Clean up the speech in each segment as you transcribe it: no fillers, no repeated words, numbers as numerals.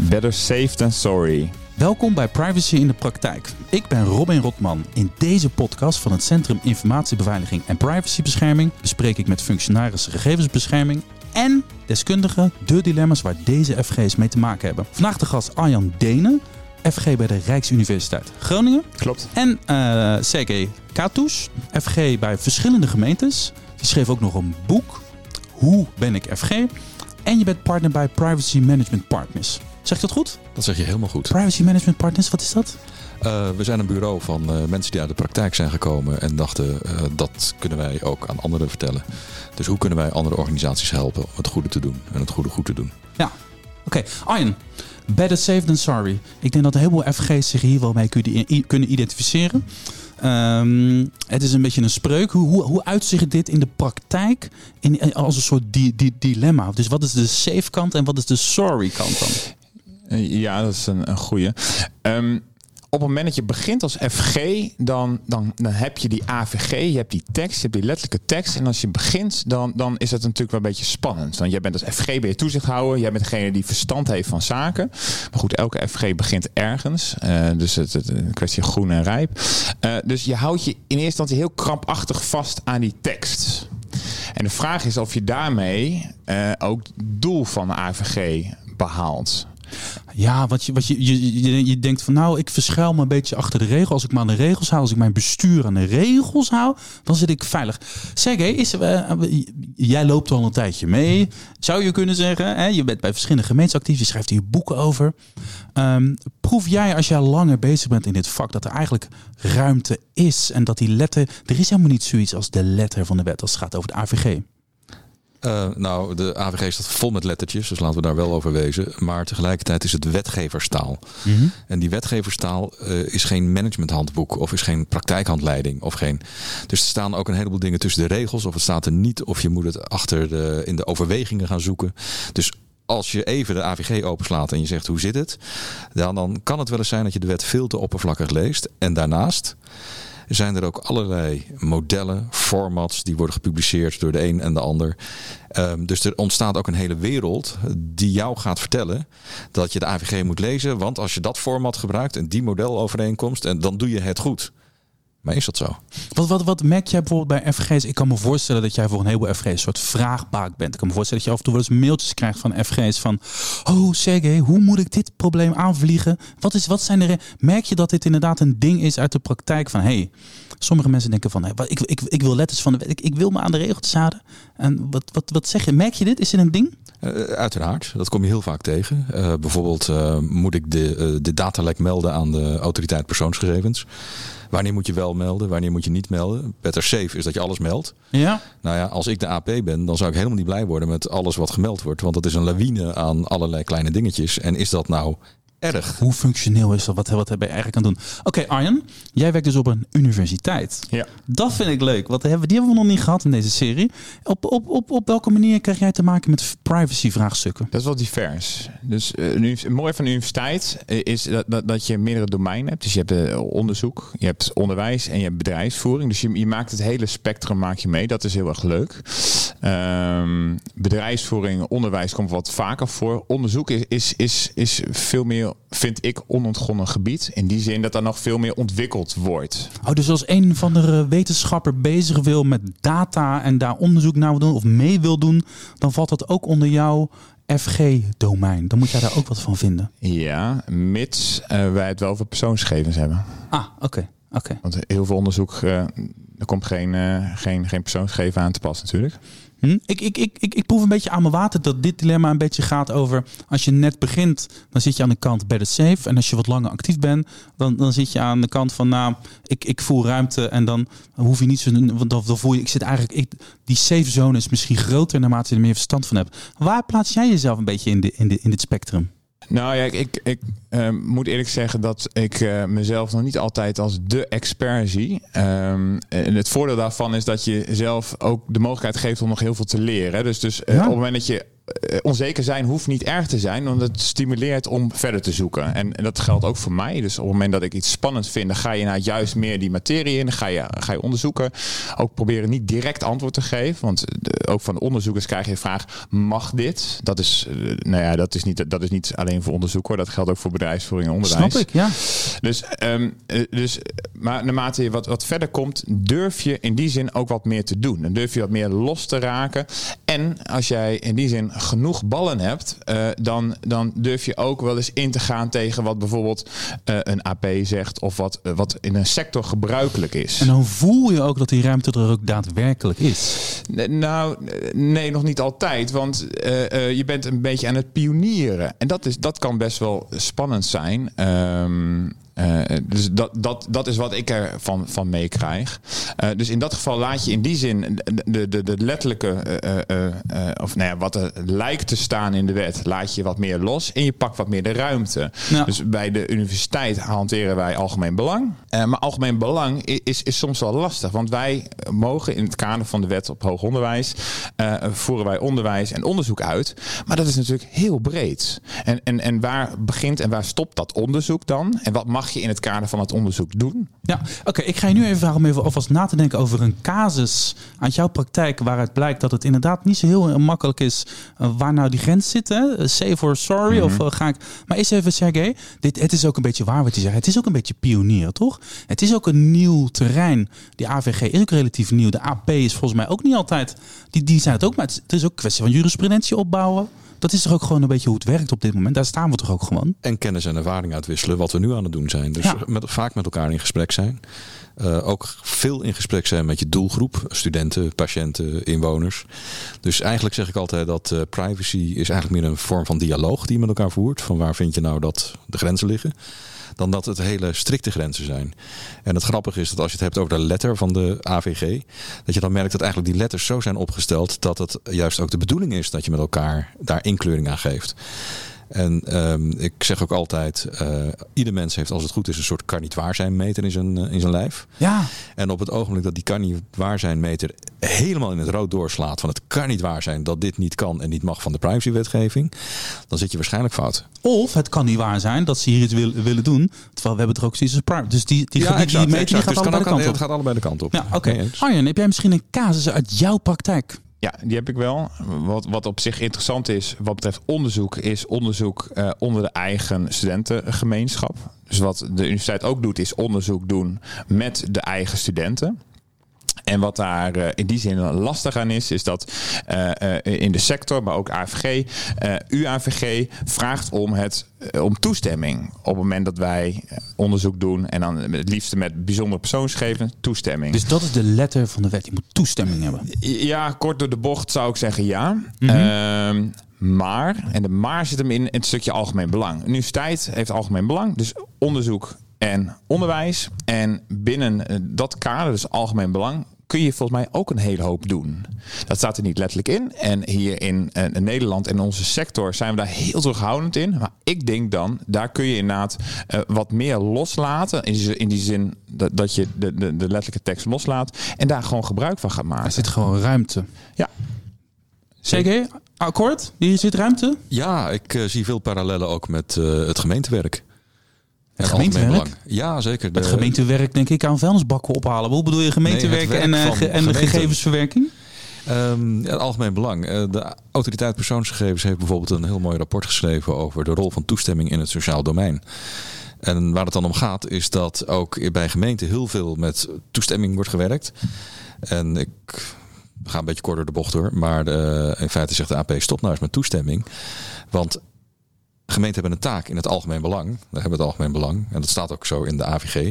Better safe than sorry. Welkom bij Privacy in de Praktijk. Ik ben Robin Rotman. In deze podcast van het Centrum Informatiebeveiliging en Privacybescherming bespreek ik met functionarissen gegevensbescherming en deskundigen de dilemma's waar deze FG's mee te maken hebben. Vandaag de gast Arjan Denen, FG bij de Rijksuniversiteit Groningen. Klopt. En Sergej Katouš, FG bij verschillende gemeentes. Die schreef ook nog een boek, Hoe ben ik FG? En je bent partner bij Privacy Management Partners. Zeg je dat goed? Dat zeg je helemaal goed. Privacy Management Partners, wat is dat? We zijn een bureau van mensen die uit de praktijk zijn gekomen en dachten dat kunnen wij ook aan anderen vertellen. Dus hoe kunnen wij andere organisaties helpen om het goede te doen en het goede goed te doen? Ja, oké. Arjen, better safe than sorry. Ik denk dat een heleboel FG's zich hier wel mee kunnen identificeren. Het is een beetje een spreuk. Hoe uitzicht dit in de praktijk als een soort dilemma? Dus wat is de safe kant en wat is de sorry kant dan? Ja, dat is een goeie. Op het moment dat je begint als FG, dan heb je die AVG, je hebt die tekst, je hebt die letterlijke tekst. En als je begint, dan is het natuurlijk wel een beetje spannend. Want jij bent als FG, ben je toezichthouder, jij bent degene die verstand heeft van zaken. Maar goed, elke FG begint ergens. Dus het een kwestie groen en rijp. Dus je houdt je in eerste instantie heel krampachtig vast aan die tekst. En de vraag is of je daarmee ook het doel van de AVG behaalt. Ja, je denkt van nou, ik verschuil me een beetje achter de regels. Als ik me aan de regels hou, als ik mijn bestuur aan de regels hou, dan zit ik veilig. Sergej, jij loopt al een tijdje mee. Zou je kunnen zeggen, hè? Je bent bij verschillende gemeentes actief, je schrijft hier boeken over. Proef jij als jij langer bezig bent in dit vak dat er eigenlijk ruimte is en dat die letter, er is helemaal niet zoiets als de letter van de wet als het gaat over de AVG? De AVG staat vol met lettertjes, dus laten we daar wel over wezen. Maar tegelijkertijd is het wetgeverstaal. Mm-hmm. En die wetgeverstaal is geen managementhandboek of is geen praktijkhandleiding. Dus er staan ook een heleboel dingen tussen de regels. Of het staat er niet, of je moet het in de overwegingen gaan zoeken. Dus als je even de AVG openslaat en je zegt hoe zit het, dan kan het wel eens zijn dat je de wet veel te oppervlakkig leest. En daarnaast zijn er ook allerlei modellen, formats die worden gepubliceerd door de een en de ander. Dus er ontstaat ook een hele wereld die jou gaat vertellen dat je de AVG moet lezen. Want als je dat format gebruikt en die modelovereenkomst, en dan doe je het goed. Maar is dat zo? Wat merk jij bijvoorbeeld bij FG's? Ik kan me voorstellen dat jij voor een heleboel FG's een soort vraagbaak bent. Ik kan me voorstellen dat je af en toe wel eens mailtjes krijgt van FG's van oh Sergej, hoe moet ik dit probleem aanvliegen? Merk je dat dit inderdaad een ding is uit de praktijk van sommige mensen denken van ik wil letters van de wet, ik wil me aan de regeltjes houden. En wat zeg je? Merk je dit? Is dit een ding? Uiteraard, dat kom je heel vaak tegen. Bijvoorbeeld moet ik de datalek melden aan de autoriteit persoonsgegevens. Wanneer moet je wel melden, wanneer moet je niet melden? Better safe is dat je alles meldt. Ja. Nou ja, als ik de AP ben, dan zou ik helemaal niet blij worden met alles wat gemeld wordt. Want dat is een lawine aan allerlei kleine dingetjes. En is dat nou erg? Hoe functioneel is dat? Wat ben je eigenlijk aan het doen? Oké, Arjen, jij werkt dus op een universiteit. Ja. Dat vind ik leuk. Die hebben we nog niet gehad in deze serie. Op welke manier krijg jij te maken met privacy-vraagstukken? Dat is wel divers. Dus het mooie van de universiteit is dat je meerdere domeinen hebt. Dus je hebt onderzoek, je hebt onderwijs en je hebt bedrijfsvoering. Dus je maakt het hele spectrum mee. Dat is heel erg leuk. Bedrijfsvoering, onderwijs komt wat vaker voor. Onderzoek is veel meer, vind ik, onontgonnen gebied. In die zin dat er nog veel meer ontwikkeld wordt. Dus als een van de wetenschapper bezig wil met data en daar onderzoek naar wil doen of mee wil doen, dan valt dat ook onder jouw FG-domein. Dan moet jij daar ook wat van vinden. Ja, mits wij het wel over persoonsgegevens hebben. Oké. Want heel veel onderzoek, er komt geen persoonsgegevens aan te pas natuurlijk. Ik proef een beetje aan mijn water dat dit dilemma een beetje gaat over als je net begint, dan zit je aan de kant better safe. En als je wat langer actief bent, dan zit je aan de kant van ik voel ruimte en dan hoef je niet zo, want dan voel je, die safe zone is misschien groter naarmate je er meer verstand van hebt. Waar plaats jij jezelf een beetje in dit spectrum? Nou ja, ik moet eerlijk zeggen dat ik mezelf nog niet altijd als de expert zie. En het voordeel daarvan is dat je zelf ook de mogelijkheid geeft om nog heel veel te leren. Dus op het moment dat je onzeker zijn hoeft niet erg te zijn, want het stimuleert om verder te zoeken. En dat geldt ook voor mij. Dus op het moment dat ik iets spannend vind, dan ga je naar juist meer die materie in. Dan ga je onderzoeken. Ook proberen niet direct antwoord te geven. Want ook van de onderzoekers krijg je de vraag, mag dit? Dat is, dat is niet alleen voor onderzoek hoor. Dat geldt ook voor bedrijfsvoering en onderwijs. Snap ik, ja. Maar naarmate je wat verder komt, durf je in die zin ook wat meer te doen. Dan durf je wat meer los te raken. En als jij in die zin genoeg ballen hebt, dan durf je ook wel eens in te gaan tegen wat bijvoorbeeld een AP zegt of wat in een sector gebruikelijk is. En dan voel je ook dat die ruimte er ook daadwerkelijk is. Nou, nee, nog niet altijd. Want je bent een beetje aan het pionieren. En dat kan best wel spannend zijn. Dus dat is wat ik ervan meekrijg. Dus in dat geval laat je in die zin de letterlijke, wat er lijkt te staan in de wet, laat je wat meer los en je pakt wat meer de ruimte. Ja. Dus bij de universiteit hanteren wij algemeen belang. Maar algemeen belang is soms wel lastig, want wij mogen in het kader van de wet op hoger onderwijs voeren wij onderwijs en onderzoek uit. Maar dat is natuurlijk heel breed. En waar begint en waar stopt dat onderzoek dan? En wat mag je in het kader van het onderzoek doen? Ja, oké. Ik ga je nu even vragen om even alvast na te denken over een casus uit jouw praktijk waaruit blijkt dat het inderdaad niet zo heel makkelijk is waar nou die grens zit. Hè? Say for sorry of ga ik... Maar eens even, Sergej, het is ook een beetje waar wat je zegt. Het is ook een beetje pionier, toch? Het is ook een nieuw terrein. Die AVG is ook relatief nieuw. De AP is volgens mij ook niet altijd... Die zijn het ook, maar het is ook een kwestie van jurisprudentie opbouwen. Dat is toch ook gewoon een beetje hoe het werkt op dit moment? Daar staan we toch ook gewoon? En kennis en ervaring uitwisselen, wat we nu aan het doen zijn. Dus vaak met elkaar in gesprek zijn. Ook veel in gesprek zijn met je doelgroep. Studenten, patiënten, inwoners. Dus eigenlijk zeg ik altijd dat privacy is eigenlijk meer een vorm van dialoog die je met elkaar voert. Van waar vind je nou dat de grenzen liggen? Dan dat het hele strikte grenzen zijn. En het grappige is dat als je het hebt over de letter van de AVG, dat je dan merkt dat eigenlijk die letters zo zijn opgesteld dat het juist ook de bedoeling is dat je met elkaar daar inkleuring aan geeft. En ik zeg ook altijd, ieder mens heeft als het goed is een soort kan niet waar zijn meter in zijn lijf. Ja. En op het ogenblik dat die kan niet waar zijn meter helemaal in het rood doorslaat van het kan niet waar zijn dat dit niet kan en niet mag van de privacywetgeving, dan zit je waarschijnlijk fout. Of het kan niet waar zijn dat ze hier iets willen doen, terwijl we hebben er ook zoiets als privacy. Dus die meter gaat allebei de kant op. Het gaat allebei de kant op. Ja, oké. Arjen, heb jij misschien een casus uit jouw praktijk? Ja, die heb ik wel. Wat op zich interessant is wat betreft onderzoek, is onderzoek onder de eigen studentengemeenschap. Dus wat de universiteit ook doet, is onderzoek doen met de eigen studenten. En wat daar in die zin lastig aan is dat in de sector, maar ook AVG, UAVG vraagt om toestemming. Op het moment dat wij onderzoek doen en dan het liefste met bijzondere persoonsgegevens, toestemming. Dus dat is de letter van de wet. Je moet toestemming hebben. Ja, kort door de bocht zou ik zeggen ja. Mm-hmm. Maar, en de maar zit hem in het stukje algemeen belang. De universiteit heeft algemeen belang, dus onderzoek en onderwijs. En binnen dat kader, dus algemeen belang, kun je volgens mij ook een hele hoop doen. Dat staat er niet letterlijk in. En hier in Nederland en onze sector zijn we daar heel terughoudend in. Maar ik denk dan, daar kun je inderdaad wat meer loslaten. In die zin dat je de letterlijke tekst loslaat. En daar gewoon gebruik van gaat maken. Er zit gewoon ruimte. Ja. Sergej, akkoord? Hier zit ruimte? Ja, ik zie veel parallellen ook met het gemeentewerk. Het gemeentewerk? Ja, zeker. Het gemeentewerk denk ik aan vuilnisbakken ophalen. Hoe bedoel je gemeentewerk en de gegevensverwerking? Het algemeen belang. De autoriteit persoonsgegevens heeft bijvoorbeeld een heel mooi rapport geschreven over de rol van toestemming in het sociaal domein. En waar het dan om gaat is dat ook bij gemeenten heel veel met toestemming wordt gewerkt. En ik ga een beetje kort door de bocht hoor. Maar in feite zegt de AP stop nou eens met toestemming. Want gemeenten hebben een taak in het algemeen belang. We hebben het algemeen belang. En dat staat ook zo in de AVG.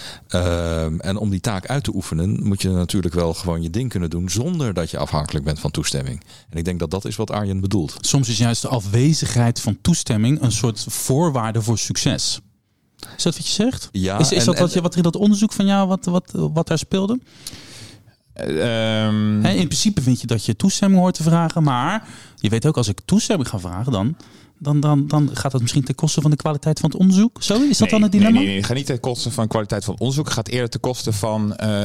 En om die taak uit te oefenen moet je natuurlijk wel gewoon je ding kunnen doen zonder dat je afhankelijk bent van toestemming. En ik denk dat dat is wat Arjen bedoelt. Soms is juist de afwezigheid van toestemming een soort voorwaarde voor succes. Is dat wat je zegt? Ja. Is dat wat er in dat onderzoek van jou wat daar speelde? In principe vind je dat je toestemming hoort te vragen, maar je weet ook, als ik toestemming ga vragen, dan gaat dat misschien ten koste van de kwaliteit van het onderzoek. Zo, is dat dan het dilemma? Nee, het gaat niet ten koste van de kwaliteit van het onderzoek. Het gaat eerder ten koste van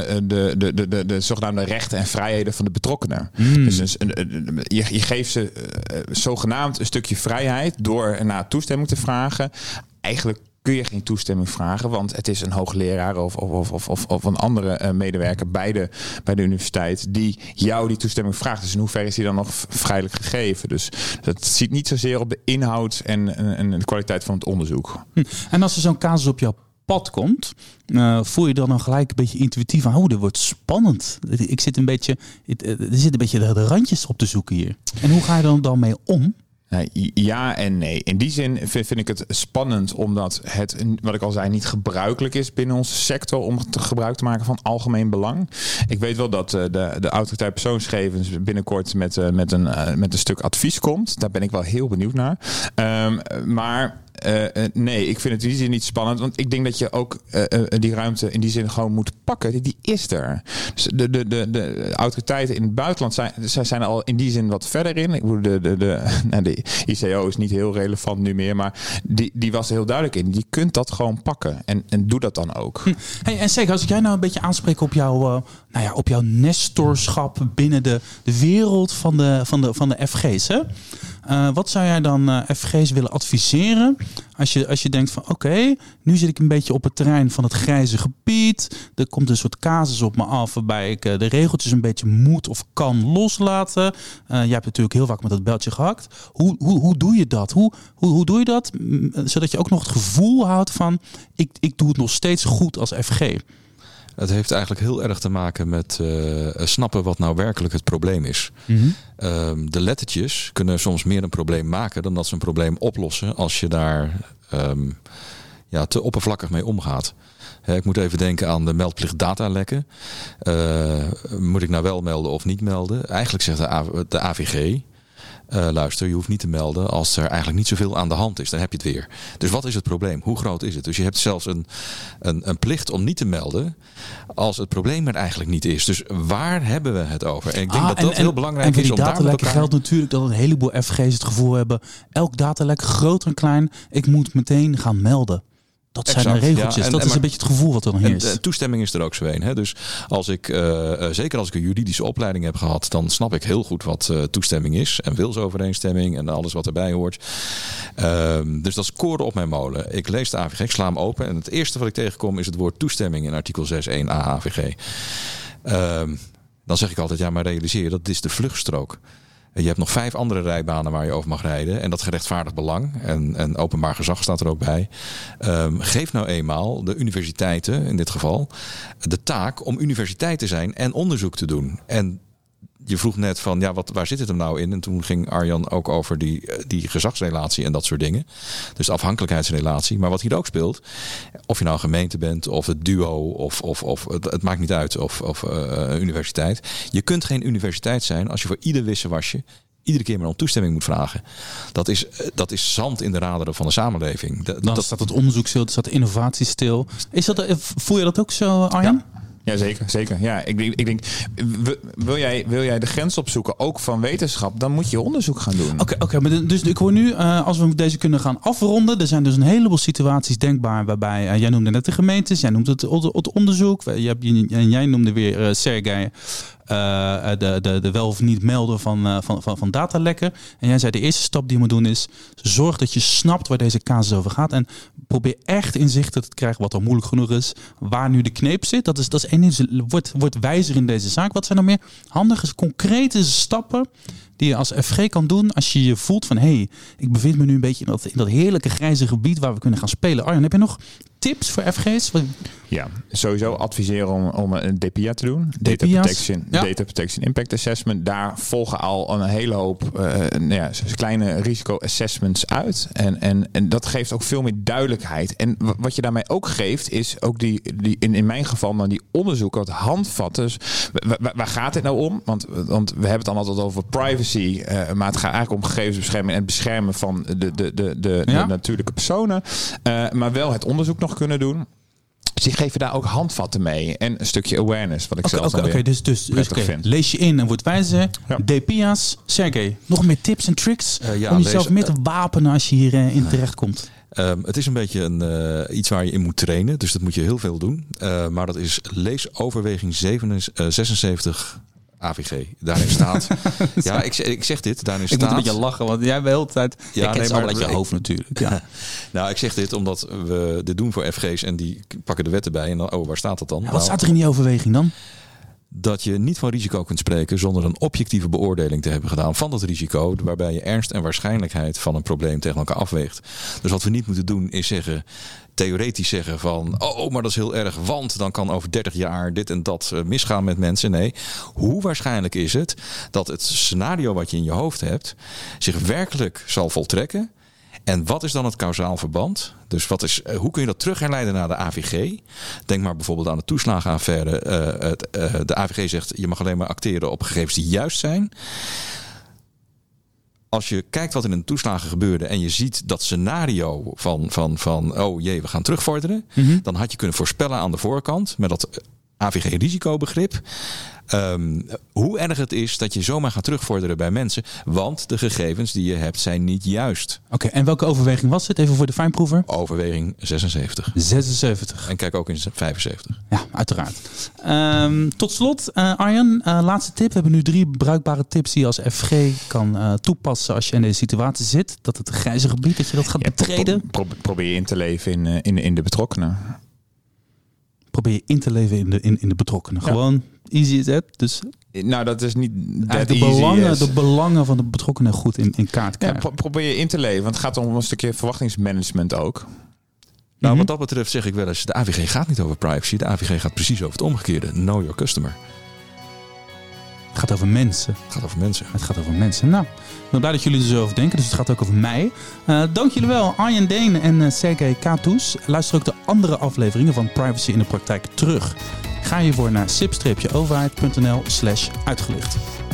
de zogenaamde rechten en vrijheden van de betrokkenen. Dus je geeft ze zogenaamd een stukje vrijheid door naar toestemming te vragen. Eigenlijk kun je geen toestemming vragen, want het is een hoogleraar of een andere medewerker bij de universiteit die jou die toestemming vraagt. Dus in hoeverre is die dan nog vrijelijk gegeven? Dus dat ziet niet zozeer op de inhoud en de kwaliteit van het onderzoek. En als er zo'n casus op jouw pad komt, voel je dan gelijk een beetje intuïtief aan, dit wordt spannend. Er zit een beetje de randjes op te zoeken hier. En hoe ga je dan mee om? Ja en nee. In die zin vind ik het spannend omdat het, wat ik al zei, niet gebruikelijk is binnen onze sector om gebruik te maken van algemeen belang. Ik weet wel dat de autoriteit persoonsgegevens binnenkort met een stuk advies komt. Daar ben ik wel heel benieuwd naar. Maar nee, ik vind het in die zin niet spannend. Want ik denk dat je ook die ruimte in die zin gewoon moet pakken. Die is er. Dus de autoriteiten in het buitenland zijn al in die zin wat verder in. Ik bedoel, de ICO is niet heel relevant nu meer. Maar die was er heel duidelijk in. Je kunt dat gewoon pakken. En doe dat dan ook. Hey, en zeker, als ik jij nou een beetje aanspreek op jouw nestorschap binnen de wereld van de FG's. Hè? Wat zou jij dan FG's willen adviseren als je denkt van oké, nu zit ik een beetje op het terrein van het grijze gebied. Er komt een soort casus op me af waarbij ik de regeltjes een beetje moet of kan loslaten. Jij hebt natuurlijk heel vaak met dat beltje gehakt. Hoe doe je dat? Hoe doe je dat? Zodat je ook nog het gevoel houdt van ik doe het nog steeds goed als FG. Het heeft eigenlijk heel erg te maken met snappen wat nou werkelijk het probleem is. Mm-hmm. De lettertjes kunnen soms meer een probleem maken dan dat ze een probleem oplossen als je daar te oppervlakkig mee omgaat. Ik moet even denken aan de meldplicht datalekken. Moet ik nou wel melden of niet melden? Eigenlijk zegt de AVG... luister, je hoeft niet te melden als er eigenlijk niet zoveel aan de hand is. Dan heb je het weer. Dus wat is het probleem? Hoe groot is het? Dus je hebt zelfs een plicht om niet te melden als het probleem er eigenlijk niet is. Dus waar hebben we het over? En ik denk dat heel belangrijk is om daar met elkaar... En voor die datalekken geldt natuurlijk dat een heleboel FG's het gevoel hebben, elk datalek, groot en klein, ik moet meteen gaan melden. Dat zijn de regeltjes. Ja, dat is een beetje het gevoel wat er dan heerst. En toestemming is er ook zo een. Hè? Dus zeker als ik een juridische opleiding heb gehad, dan snap ik heel goed wat toestemming is. En wilsovereenstemming en alles wat erbij hoort. Dus dat is koren op mijn molen. Ik lees de AVG, ik sla hem open. En het eerste wat ik tegenkom is het woord toestemming in artikel 6.1 AVG. Dan zeg ik altijd, maar realiseer je, dat is de vluchtstrook. Je hebt nog 5 andere rijbanen waar je over mag rijden. En dat gerechtvaardigd belang. En openbaar gezag staat er ook bij. Geef nou eenmaal de universiteiten, in dit geval, de taak om universiteit te zijn en onderzoek te doen. En je vroeg net van, waar zit het hem nou in? En toen ging Arjan ook over die gezagsrelatie en dat soort dingen. Dus de afhankelijkheidsrelatie. Maar wat hier ook speelt, of je nou gemeente bent, of het duo, of het maakt niet uit, of universiteit. Je kunt geen universiteit zijn als je voor ieder wisselwasje iedere keer maar om toestemming moet vragen. Dat is zand in de raderen van de samenleving. Dan staat het onderzoek stil, staat de innovatie stil. Voel je dat ook zo, Arjan? Ja, zeker. Ja, ik denk, wil jij de grens opzoeken, ook van wetenschap, dan moet je onderzoek gaan doen. Oké, maar dus ik hoor nu, als we deze kunnen gaan afronden, er zijn dus een heleboel situaties denkbaar waarbij, jij noemde net de gemeentes, jij noemde het onderzoek, en jij noemde weer, Sergej, de wel of niet melden van datalekken. En jij zei de eerste stap die je moet doen is zorg dat je snapt waar deze casus over gaat en probeer echt inzichten te krijgen wat er moeilijk genoeg is, waar nu de kneep zit. Dat is één ding. Word wijzer in deze zaak. Wat zijn nog meer handige, concrete stappen die je als FG kan doen als je je voelt van ik bevind me nu een beetje in dat heerlijke grijze gebied waar we kunnen gaan spelen. Arjan, heb je nog tips voor FG's? Ja, sowieso adviseren om een DPIA te doen. Data Protection Impact Assessment. Daar volgen al een hele hoop kleine risico assessments uit. En dat geeft ook veel meer duidelijkheid. En wat je daarmee ook geeft, is ook die in mijn geval dan die onderzoeken, wat handvatten. Dus waar gaat het nou om? Want we hebben het dan altijd over privacy. Maar het gaat eigenlijk om gegevensbescherming en het beschermen van de natuurlijke personen. Maar wel het onderzoek nog kunnen doen. Dus die geven daar ook handvatten mee. En een stukje awareness, wat ik zelf dan weer dus vind. Lees je in en wordt wijzer. Ja. DPIA's. Sergej, nog meer tips en tricks om jezelf meer te wapenen als je hierin terechtkomt? Het is een beetje iets waar je in moet trainen. Dus dat moet je heel veel doen. Maar dat is leesoverweging 76 AVG. Daarin staat... ja, ik zeg dit. Daarin staat... Ik moet een beetje lachen, want jij bent de hele tijd... Ja, het al uit je hoofd natuurlijk. Ja. Nou, ik zeg dit omdat we dit doen voor FG's en die pakken de wet erbij. En dan, waar staat dat dan? Ja, wat staat er in die overweging dan? Dat je niet van risico kunt spreken zonder een objectieve beoordeling te hebben gedaan van dat risico, waarbij je ernst en waarschijnlijkheid van een probleem tegen elkaar afweegt. Dus wat we niet moeten doen is theoretisch zeggen van, maar dat is heel erg, want dan kan over 30 jaar dit en dat misgaan met mensen. Nee, hoe waarschijnlijk is het dat het scenario wat je in je hoofd hebt zich werkelijk zal voltrekken? En wat is dan het kausaal verband? Dus hoe kun je dat terug herleiden naar de AVG? Denk maar bijvoorbeeld aan de toeslagenaffaire. De AVG zegt, je mag alleen maar acteren op gegevens die juist zijn. Als je kijkt wat er in de toeslagen gebeurde en je ziet dat scenario van oh jee, we gaan terugvorderen. Mm-hmm. Dan had je kunnen voorspellen aan de voorkant met dat AVG-risicobegrip. Hoe erg het is dat je zomaar gaat terugvorderen bij mensen. Want de gegevens die je hebt zijn niet juist. Oké, en welke overweging was het? Even voor de fijnproever. Overweging 76. 76. En kijk ook in 75. Ja, uiteraard. Tot slot, Arjan, laatste tip. We hebben nu 3 bruikbare tips die je als FG kan toepassen als je in deze situatie zit. Dat het grijze gebied, dat je dat gaat betreden. Probeer in te leven in de betrokkenen. Probeer je in te leven in de betrokkenen. Ja. Gewoon easy as that. Dus nou, dat is niet de belangen van de betrokkenen goed in kaart krijgen. Ja, probeer je in te leven. Want het gaat om een stukje verwachtingsmanagement ook. Nou, wat dat betreft zeg ik wel eens, de AVG gaat niet over privacy. De AVG gaat precies over het omgekeerde. Know your customer. Het gaat over mensen. Het gaat over mensen. Nou, ik ben blij dat jullie er zo over denken. Dus het gaat ook over mij. Dank jullie wel, Arjan Deen en Sergej Katoes. Luister ook de andere afleveringen van Privacy in de Praktijk terug. Ga hiervoor naar sip-overheid.nl/uitgelicht.